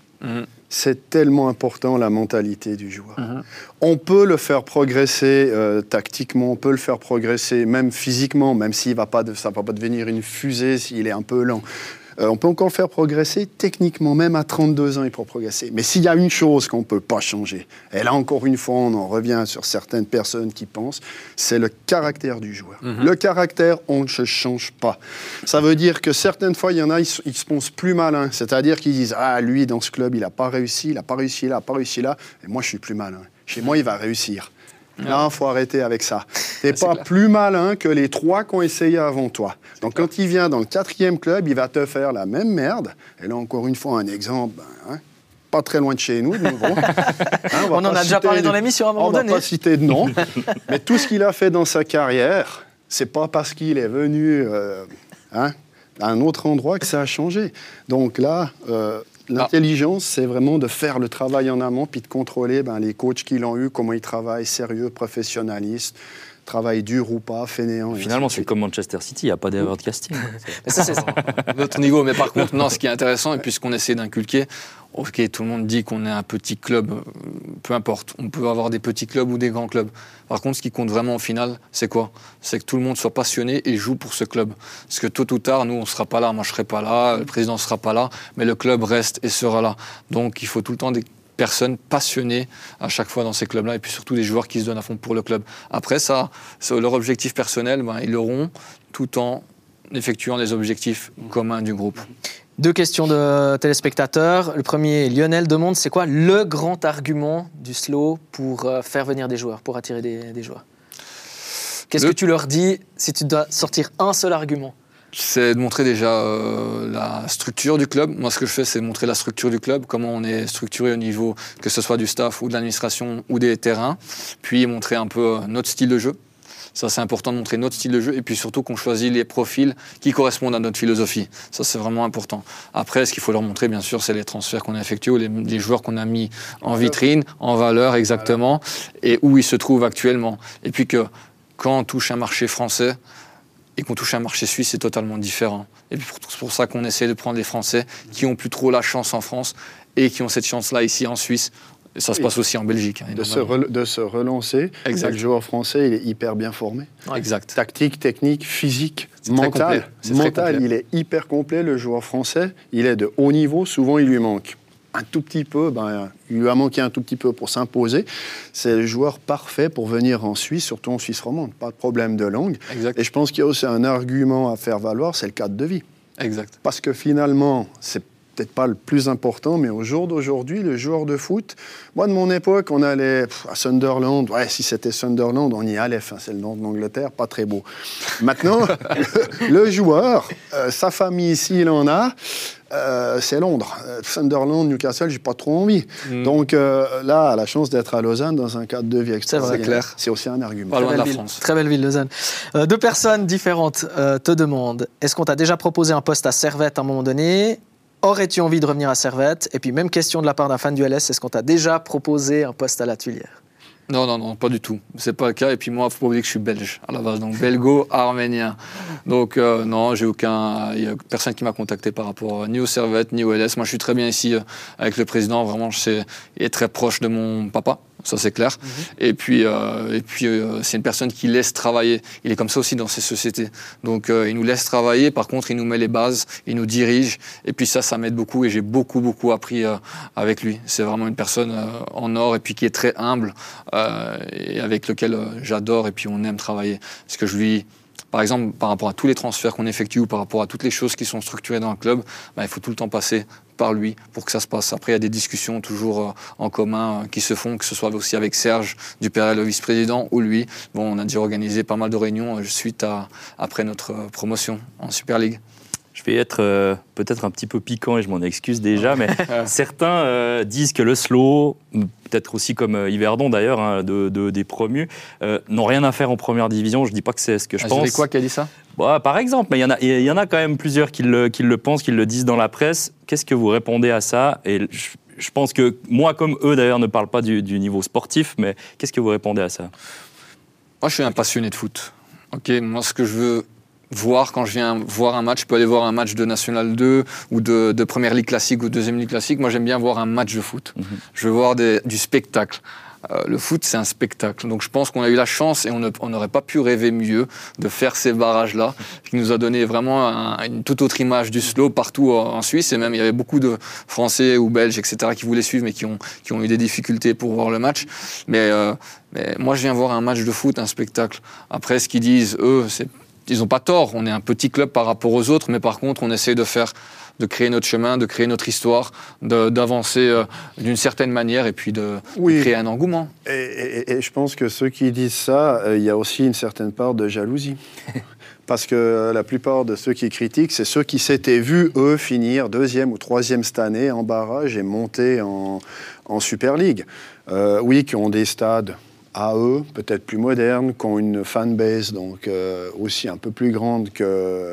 C'est tellement important, la mentalité du joueur. On peut le faire progresser tactiquement, on peut le faire progresser même physiquement, même s'il ça ne va pas devenir une fusée s'il est un peu lent. On peut encore le faire progresser techniquement, même à 32 ans, il peut progresser. Mais s'il y a une chose qu'on ne peut pas changer, et là encore une fois, on en revient sur certaines personnes qui pensent, c'est le caractère du joueur. Le caractère, on ne se change pas. Ça veut dire que certaines fois, il y en a, ils se pensent plus malins. C'est-à-dire qu'ils disent « Ah, lui, dans ce club, il n'a pas réussi, il n'a pas réussi là, pas réussi là. Et moi, je suis plus malin. Chez moi, il va réussir. » Là, il faut arrêter avec ça. Tu n'es pas plus malin que les 3 qui ont essayé avant toi. Donc, quand il vient dans le 4e club, il va te faire la même merde. Et là, encore une fois, un exemple, pas très loin de chez nous, de nouveau. On en a déjà parlé dans l'émission à un moment donné. On ne va pas citer de nom. Mais tout ce qu'il a fait dans sa carrière, c'est pas parce qu'il est venu à un autre endroit que ça a changé. Donc là... L'intelligence, c'est vraiment de faire le travail en amont puis de contrôler les coachs qui l'ont eu, comment ils travaillent, sérieux, professionnalistes, travail dur ou pas, fainéant. Finalement, c'est comme Manchester City, il n'y a pas d'erreur de casting. Ça, c'est notre niveau. Mais par contre, non, ce qui est intéressant, et puis ce qu'on essaie d'inculquer, ok, tout le monde dit qu'on est un petit club, peu importe. On peut avoir des petits clubs ou des grands clubs. Par contre, ce qui compte vraiment au final, c'est quoi? C'est que tout le monde soit passionné et joue pour ce club. Parce que tôt ou tard, nous, on ne sera pas là. Moi, je ne serai pas là. Le président ne sera pas là. Mais le club reste et sera là. Donc, il faut tout le temps des personnes passionnées à chaque fois dans ces clubs-là. Et puis surtout des joueurs qui se donnent à fond pour le club. Après, ça, leur objectif personnel, ils l'auront tout en effectuant les objectifs communs du groupe. 2 questions de téléspectateurs. Le premier, Lionel demande, c'est quoi le grand argument du slow pour faire venir des joueurs, pour attirer des joueurs? Qu'est-ce que tu leur dis si tu dois sortir un seul argument? C'est de montrer déjà la structure du club. Moi, ce que je fais, c'est montrer la structure du club, comment on est structuré au niveau, que ce soit du staff ou de l'administration ou des terrains, puis montrer un peu notre style de jeu. Ça, c'est important de montrer notre style de jeu et puis surtout qu'on choisit les profils qui correspondent à notre philosophie. Ça, c'est vraiment important. Après, ce qu'il faut leur montrer, bien sûr, c'est les transferts qu'on a effectués ou les joueurs qu'on a mis en vitrine, en valeur exactement, et où ils se trouvent actuellement. Et puis que quand on touche un marché français et qu'on touche un marché suisse, c'est totalement différent. Et puis c'est pour ça qu'on essaie de prendre les Français qui n'ont plus trop la chance en France et qui ont cette chance-là ici en Suisse. Et ça se passe aussi en Belgique. De se relancer. Exact. Le joueur français, il est hyper bien formé. Ouais. Exact. Tactique, technique, physique, C'est très complet. mental. Il est hyper complet, le joueur français. Il est de haut niveau. Souvent, il lui manque un tout petit peu. Il lui a manqué un tout petit peu pour s'imposer. C'est le joueur parfait pour venir en Suisse, surtout en Suisse romande. Pas de problème de langue. Exact. Et je pense qu'il y a aussi un argument à faire valoir, c'est le cadre de vie. Exact. Parce que finalement, c'est peut-être pas le plus important, mais au jour d'aujourd'hui, le joueur de foot, moi de mon époque, on allait à Sunderland, si c'était Sunderland, on y allait, c'est le nom de l'Angleterre, pas très beau. Maintenant, le joueur, sa famille ici, il en a, c'est Londres. Sunderland, Newcastle, j'ai pas trop envie. Donc là, la chance d'être à Lausanne dans un cadre de vie extraordinaire, c'est clair. C'est aussi un argument. Pas loin de la ville. France. Très belle ville, Lausanne. 2 personnes différentes te demandent, est-ce qu'on t'a déjà proposé un poste à Servette à un moment donné? Aurais-tu envie de revenir à Servette? Et puis même question de la part d'un fan du LS, est-ce qu'on t'a déjà proposé un poste à la Tuilière? Non, pas du tout. C'est pas le cas. Et puis moi, il faut pas oublier que je suis belge à la base, donc belgo-arménien. Donc non, il y a personne qui m'a contacté par rapport ni au Servette ni au LS. Moi, je suis très bien ici avec le président. Vraiment, il est très proche de mon papa. Ça, c'est clair. Et puis c'est une personne qui laisse travailler. Il est comme ça aussi dans ces sociétés. Donc, il nous laisse travailler. Par contre, il nous met les bases, il nous dirige. Et puis ça m'aide beaucoup. Et j'ai beaucoup appris avec lui. C'est vraiment une personne en or et puis qui est très humble et avec lequel j'adore et puis on aime travailler. Parce que je lui... Par exemple, par rapport à tous les transferts qu'on effectue ou par rapport à toutes les choses qui sont structurées dans le club, il faut tout le temps passer par lui pour que ça se passe. Après, il y a des discussions toujours en commun qui se font, que ce soit aussi avec Serge Duperel, le vice-président, ou lui. Bon, on a déjà organisé pas mal de réunions suite après notre promotion en Super League. Je vais être peut-être un petit peu piquant et je m'en excuse déjà, mais certains disent que le slow, peut-être aussi comme Yverdon d'ailleurs, des promus, n'ont rien à faire en première division. Je ne dis pas que c'est ce que je pense. C'est quoi qui a dit ça? Par exemple, mais il y en a quand même plusieurs qui le pensent, qui le disent dans la presse. Qu'est-ce que vous répondez à ça? Et je pense que moi, comme eux d'ailleurs, ne parle pas du niveau sportif, mais qu'est-ce que vous répondez à ça? Moi, je suis un passionné de foot. Moi, ce que je veux voir quand je viens voir un match, je peux aller voir un match de National 2 ou de Première Ligue classique ou Deuxième Ligue classique. Moi, j'aime bien voir un match de foot. Je veux voir du spectacle. Le foot, c'est un spectacle. Donc, je pense qu'on a eu la chance et on n'aurait pas pu rêver mieux de faire ces barrages-là, qui nous a donné vraiment une toute autre image du slow partout en Suisse. Et même, il y avait beaucoup de Français ou Belges, etc., qui voulaient suivre, mais qui ont eu des difficultés pour voir le match. Mais moi, je viens voir un match de foot, un spectacle. Après, ce qu'ils disent, eux, ils n'ont pas tort. On est un petit club par rapport aux autres, mais par contre, on essaie de créer notre chemin, de créer notre histoire, d'avancer d'une certaine manière et puis de créer un engouement. Et je pense que ceux qui disent ça, il y a aussi une certaine part de jalousie. Parce que la plupart de ceux qui critiquent, c'est ceux qui s'étaient vus, eux, finir 2e ou 3e cette année en barrage et monter en Super League. Qui ont des stades à eux, peut-être plus modernes, qui ont une fanbase donc aussi un peu plus grande que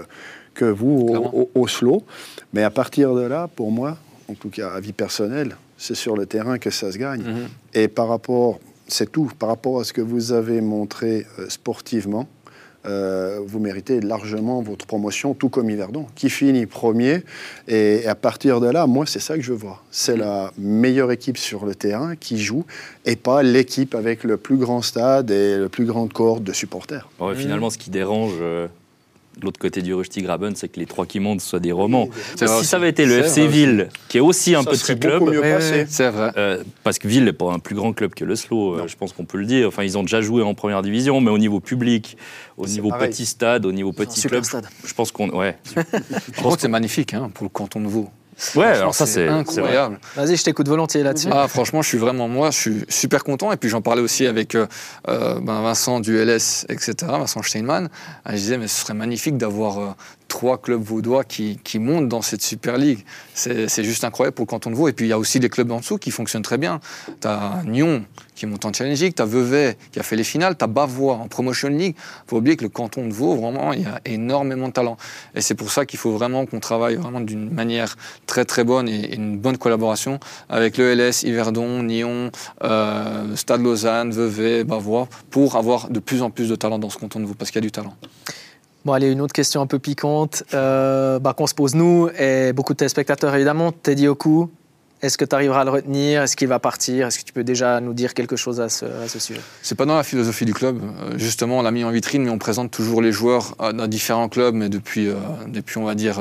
vous au slow. Mais à partir de là, pour moi, en tout cas à vie personnelle, c'est sur le terrain que ça se gagne. Et c'est tout, par rapport à ce que vous avez montré sportivement, vous méritez largement votre promotion, tout comme Yverdon, qui finit premier. Et à partir de là, moi, c'est ça que je veux voir. C'est la meilleure équipe sur le terrain qui joue et pas l'équipe avec le plus grand stade et le plus grande cohorte de supporters. Finalement, ce qui dérange de l'autre côté du Rutschtigraben, c'est que les 3 qui montent soient des romans. C'est vrai Si ça avait aussi. été le C'est FC vrai Ville, qui est aussi un Ça petit serait club, beaucoup mieux passé. C'est vrai. parce que Ville n'est pas un plus grand club que le SLO, je pense qu'on peut le dire. Enfin, ils ont déjà joué en première division, mais au niveau public, au niveau pareil. petit stade, au niveau Ils ont un petit super club, stade. je pense qu'on... Ouais, Par contre, c'est magnifique pour le canton de Vaud. ouais Franchement, alors ça c'est vrai. incroyable. Vas-y, je t'écoute volontiers là-dessus. Ah, franchement, je suis super content. Et puis j'en parlais aussi avec Vincent du LS, etc., Vincent Steinmann. Je disais, mais ce serait magnifique d'avoir 3 clubs vaudois qui montent dans cette Super League. C'est juste incroyable pour le canton de Vaud. Et puis il y a aussi des clubs en dessous qui fonctionnent très bien. Tu as Nyon qui monte en Challenge League, tu as Vevey qui a fait les finales, tu as Bavois en Promotion League. Il ne faut oublier que le canton de Vaud, vraiment, il y a énormément de talent. Et c'est pour ça qu'il faut vraiment qu'on travaille vraiment d'une manière très très bonne et une bonne collaboration avec le LS, Yverdon, Nyon, Stade Lausanne, Vevey, Bavois, pour avoir de plus en plus de talent dans ce canton de Vaud, parce qu'il y a du talent. Bon, allez, une autre question un peu piquante qu'on se pose nous et beaucoup de téléspectateurs évidemment. Teddy Oku, est-ce que tu arriveras à le retenir? Est-ce qu'il va partir? Est-ce que tu peux déjà nous dire quelque chose à ce sujet? C'est pas dans la philosophie du club. Justement, on l'a mis en vitrine, mais on présente toujours les joueurs dans différents clubs, mais depuis on va dire,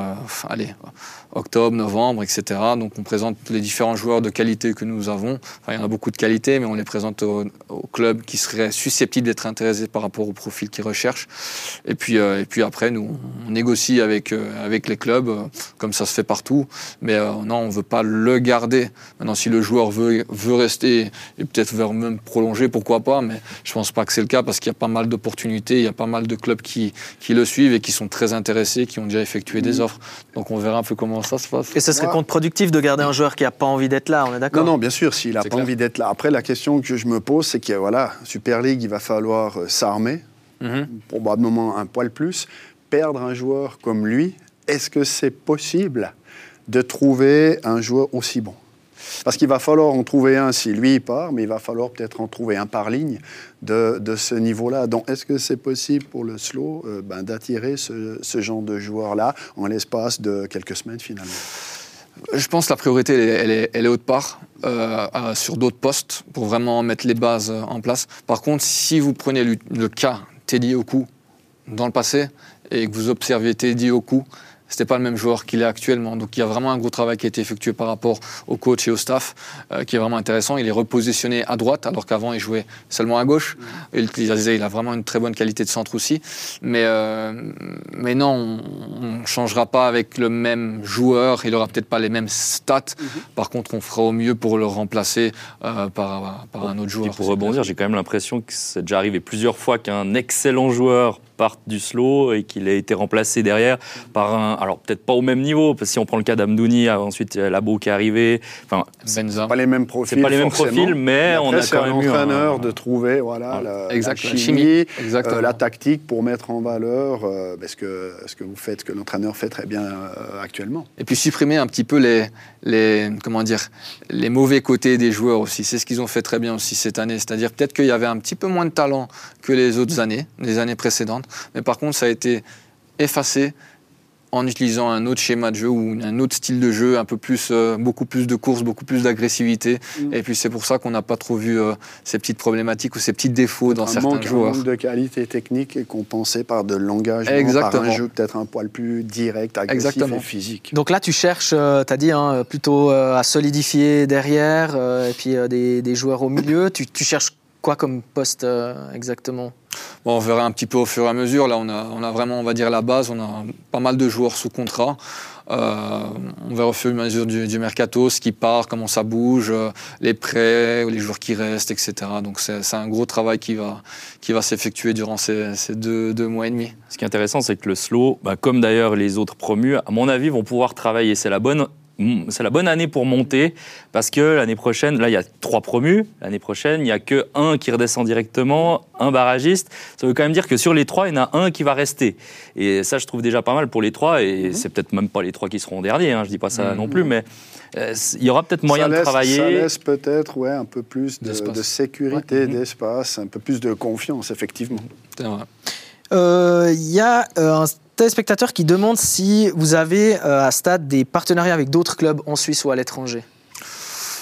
octobre, novembre, etc. Donc on présente les différents joueurs de qualité que nous avons. Enfin, il y en a beaucoup de qualité, mais on les présente aux clubs qui seraient susceptibles d'être intéressés par rapport au profil qu'ils recherchent. Et puis après, nous, on négocie avec les clubs, comme ça se fait partout. Mais non, on ne veut pas le garder. Maintenant, si le joueur veut rester et peut-être veut même prolonger, pourquoi pas, mais je ne pense pas que c'est le cas parce qu'il y a pas mal d'opportunités, il y a pas mal de clubs qui le suivent et qui sont très intéressés, qui ont déjà effectué des offres. Donc on verra un peu comment ça se passe. Et ce serait contre-productif de garder un joueur qui n'a pas envie d'être là, on est d'accord? Non, bien sûr, s'il n'a pas envie d'être là. Après, la question que je me pose, c'est que voilà, Super League, il va falloir s'armer, probablement un poil plus. Perdre un joueur comme lui, est-ce que c'est possible de trouver un joueur aussi bon? Parce qu'il va falloir en trouver un si lui il part, mais il va falloir peut-être en trouver un par ligne de ce niveau-là. Donc, est-ce que c'est possible pour le SLO d'attirer ce genre de joueur-là en l'espace de quelques semaines finalement? Je pense que la priorité, elle est autre part, sur d'autres postes, pour vraiment mettre les bases en place. Par contre, si vous prenez le cas Teddy Oku dans le passé et que vous observez Teddy Oku, ce n'était pas le même joueur qu'il est actuellement. Donc il y a vraiment un gros travail qui a été effectué par rapport au coach et au staff qui est vraiment intéressant. Il est repositionné à droite alors qu'avant il jouait seulement à gauche. Il a vraiment une très bonne qualité de centre aussi. Mais non, on ne changera pas avec le même joueur. Il n'aura peut-être pas les mêmes stats. Par contre, on fera au mieux pour le remplacer par un autre joueur. Et pour rebondir, j'ai quand même l'impression que c'est déjà arrivé plusieurs fois qu'un excellent joueur parte du SLO et qu'il a été remplacé derrière par alors peut-être pas au même niveau, parce que si on prend le cas d'Amdouni, ensuite Labo qui est arrivé, enfin, Benza. Pas les mêmes profils, c'est pas les mêmes forcément. profils, mais on a c'est quand un même eu entraîneur de trouver la Exactement. chimie, Exactement. la tactique pour mettre en valeur ce que vous faites, que l'entraîneur fait très bien actuellement. Et puis supprimer un petit peu les mauvais côtés des joueurs aussi. C'est ce qu'ils ont fait très bien aussi cette année. C'est-à-dire peut-être qu'il y avait un petit peu moins de talent que les autres années, les années précédentes. Mais par contre, ça a été effacé en utilisant un autre schéma de jeu ou un autre style de jeu, beaucoup plus de courses, beaucoup plus d'agressivité. Et puis c'est pour ça qu'on n'a pas trop vu ces petites problématiques ou ces petits défauts dans certains joueurs. Un manque de qualité technique est compensé par de l'engagement, Exactement. par un jeu peut-être un poil plus direct, agressif Exactement. et physique. Donc là, tu cherches, tu as dit, plutôt à solidifier derrière et puis des joueurs au milieu. Tu cherches quoi comme poste exactement? Bon, on verra un petit peu au fur et à mesure. Là, on a vraiment, on va dire, la base. On a pas mal de joueurs sous contrat. On verra au fur et à mesure du mercato, ce qui part, comment ça bouge, les prêts, les joueurs qui restent, etc. Donc c'est un gros travail qui va s'effectuer durant ces deux mois et demi. Ce qui est intéressant, c'est que le SLO, comme d'ailleurs les autres promus, à mon avis, vont pouvoir travailler. C'est la bonne année pour monter, parce que l'année prochaine, là il y a 3 promus, l'année prochaine il n'y a que 1 qui redescend directement, un barragiste. Ça veut quand même dire que sur les 3, il y en a un qui va rester. Et ça, je trouve déjà pas mal pour les 3, et c'est peut-être même pas les 3 qui seront derniers, je dis pas ça non plus, mais il y aura peut-être moyen de travailler. Ça laisse peut-être un peu plus de sécurité, d'espace, un peu plus de confiance, effectivement. C'est vrai. Il y a un téléspectateur qui demande si vous avez à Stade des partenariats avec d'autres clubs en Suisse ou à l'étranger.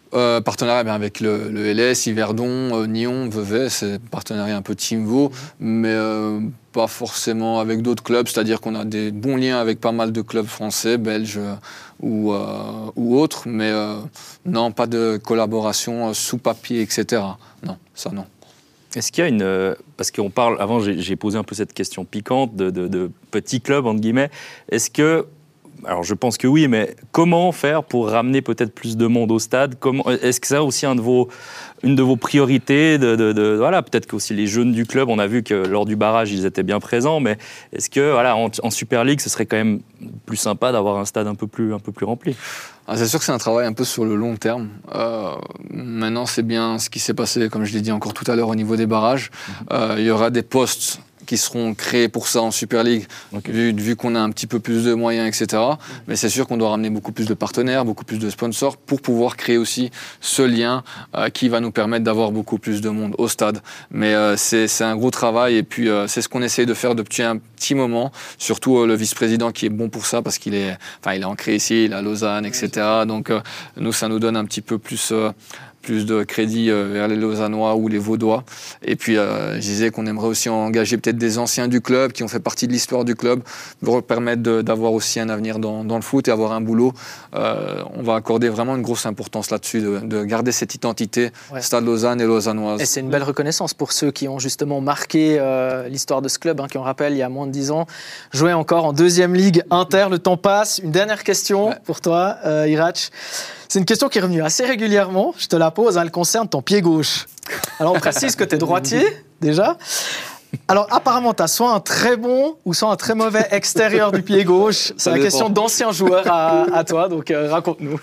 Partenariat avec le LS, Yverdon, Nyon, Vevey, c'est partenariat un peu Teamvo, mais pas forcément avec d'autres clubs, c'est-à-dire qu'on a des bons liens avec pas mal de clubs français, belges ou autres, mais non, pas de collaboration sous papier, etc. Non, ça non. Est-ce qu'il y a parce qu'on parle, avant j'ai posé un peu cette question piquante de petits clubs, entre guillemets, est-ce que, alors je pense que oui, mais comment faire pour ramener peut-être plus de monde au stade ? Est-ce que c'est aussi une de vos priorités voilà, peut-être que aussi les jeunes du club, on a vu que lors du barrage, ils étaient bien présents, mais est-ce que voilà, en Super League, ce serait quand même plus sympa d'avoir un stade un peu plus rempli ? C'est sûr que c'est un travail un peu sur le long terme. Maintenant, c'est bien ce qui s'est passé, comme je l'ai dit encore tout à l'heure, au niveau des barrages. Il y aura des postes qui seront créés pour ça en Super League, vu qu'on a un petit peu plus de moyens, etc. Mais c'est sûr qu'on doit ramener beaucoup plus de partenaires, beaucoup plus de sponsors pour pouvoir créer aussi ce lien qui va nous permettre d'avoir beaucoup plus de monde au stade. Mais c'est un gros travail et puis c'est ce qu'on essaye de faire depuis un petit moment, surtout le vice-président qui est bon pour ça parce il est ancré ici, il est à Lausanne, etc. Donc nous, ça nous donne un petit peu plus de crédit vers les Lausannois ou les Vaudois. Et puis, je disais qu'on aimerait aussi engager peut-être des anciens du club qui ont fait partie de l'histoire du club pour permettre d'avoir aussi un avenir dans le foot et avoir un boulot. On va accorder vraiment une grosse importance là-dessus, de garder cette identité Stade Lausanne et lausannoise. Et c'est une belle reconnaissance pour ceux qui ont justement marqué l'histoire de ce club, qui, on rappelle, il y a moins de 10 ans, jouait encore en 2e Ligue Inter. Le temps passe. Une dernière question pour toi, Irache. C'est une question qui est revenue assez régulièrement. Je te la pose, elle concerne ton pied gauche. Alors, on précise que tu es droitier, déjà. Alors, apparemment, tu as soit un très bon ou soit un très mauvais extérieur du pied gauche. C'est la question d'anciens joueurs à toi, donc raconte-nous.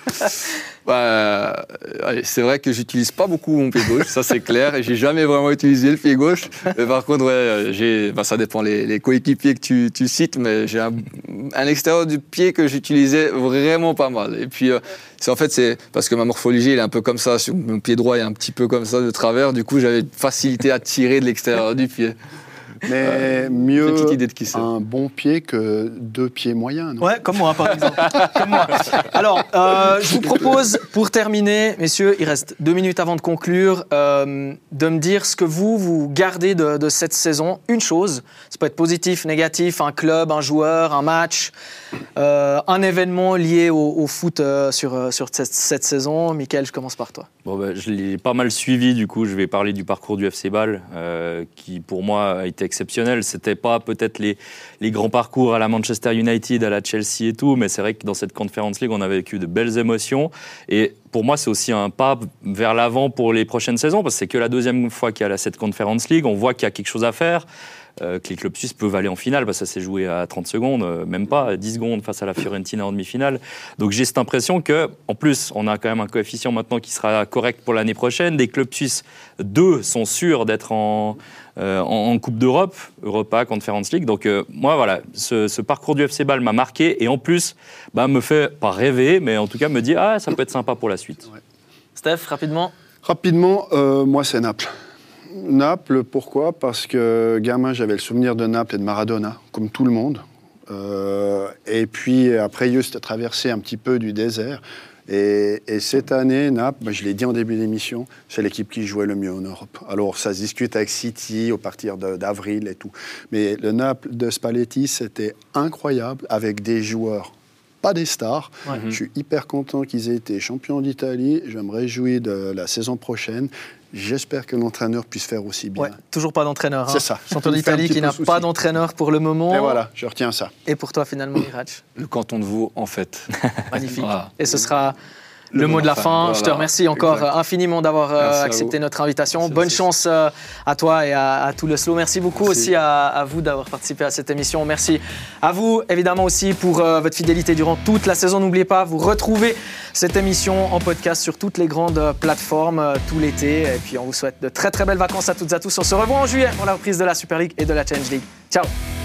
C'est vrai que j'utilise pas beaucoup mon pied gauche, ça c'est clair, et j'ai jamais vraiment utilisé le pied gauche. Mais par contre, ça dépend les coéquipiers que tu cites, mais j'ai un extérieur du pied que j'utilisais vraiment pas mal. Et puis, c'est parce que ma morphologie elle est un peu comme ça, sur mon pied droit est un petit peu comme ça de travers, du coup j'avais une facilité à tirer de l'extérieur du pied. Mais mieux un bon pied que 2 pieds moyens, non ? Ouais, comme moi, par exemple. Comme moi. Alors, je vous propose, pour terminer, messieurs, il reste 2 minutes avant de conclure, de me dire ce que vous gardez de cette saison. Une chose, ça peut être positif, négatif, un club, un joueur, un match, un événement lié au foot sur cette saison. Mickaël, je commence par toi. Je l'ai pas mal suivi, du coup, je vais parler du parcours du FC Bâle, qui pour moi a été exceptionnel. C'était pas peut-être les grands parcours à la Manchester United, à la Chelsea et tout, mais c'est vrai que dans cette Conference League, on a vécu de belles émotions. Et pour moi, c'est aussi un pas vers l'avant pour les prochaines saisons, parce que c'est que la 2e fois qu'il y a cette Conference League. On voit qu'il y a quelque chose à faire. Que les clubs suisses peuvent aller en finale, parce que ça s'est joué à 30 secondes, même pas 10 secondes face à la Fiorentina en demi-finale. Donc j'ai cette impression qu'en plus, on a quand même un coefficient maintenant qui sera correct pour l'année prochaine. Des clubs suisses, 2 sont sûrs d'être en Coupe d'Europe, Europa, Conference League. Donc moi, voilà, ce parcours du FC Bâle m'a marqué et en plus, me fait pas rêver, mais en tout cas me dit ça peut être sympa pour la suite. Ouais. Steph, rapidement. Rapidement, moi c'est Naples. Naples, pourquoi ? Parce que gamin, j'avais le souvenir de Naples et de Maradona, comme tout le monde. Et puis après, juste traversé un petit peu du désert. Et cette année, Naples, je l'ai dit en début d'émission, c'est l'équipe qui jouait le mieux en Europe. Alors ça se discute avec City au partir d'avril et tout. Mais le Naples de Spalletti, c'était incroyable, avec des joueurs, pas des stars. Ouais. Je suis hyper content qu'ils aient été champions d'Italie. Je me réjouis de la saison prochaine. J'espère que l'entraîneur puisse faire aussi bien. Ouais, toujours pas d'entraîneur. C'est ça. Champion d'Italie qui n'a pas d'entraîneur pour le moment. Et voilà, je retiens ça. Et pour toi, finalement, Irache ? Le canton de Vaud, en fait. Magnifique. Voilà. Et ce sera le mot de la fin. Voilà. Je te remercie encore infiniment d'avoir accepté notre invitation. Merci. Bonne chance à toi et à tout le slow. Merci beaucoup aussi à vous d'avoir participé à cette émission. Merci à vous, évidemment, aussi pour votre fidélité durant toute la saison. N'oubliez pas, vous retrouvez cette émission en podcast sur toutes les grandes plateformes tout l'été. Et puis, on vous souhaite de très, très belles vacances à toutes et à tous. On se revoit en juillet pour la reprise de la Super League et de la Challenge League. Ciao.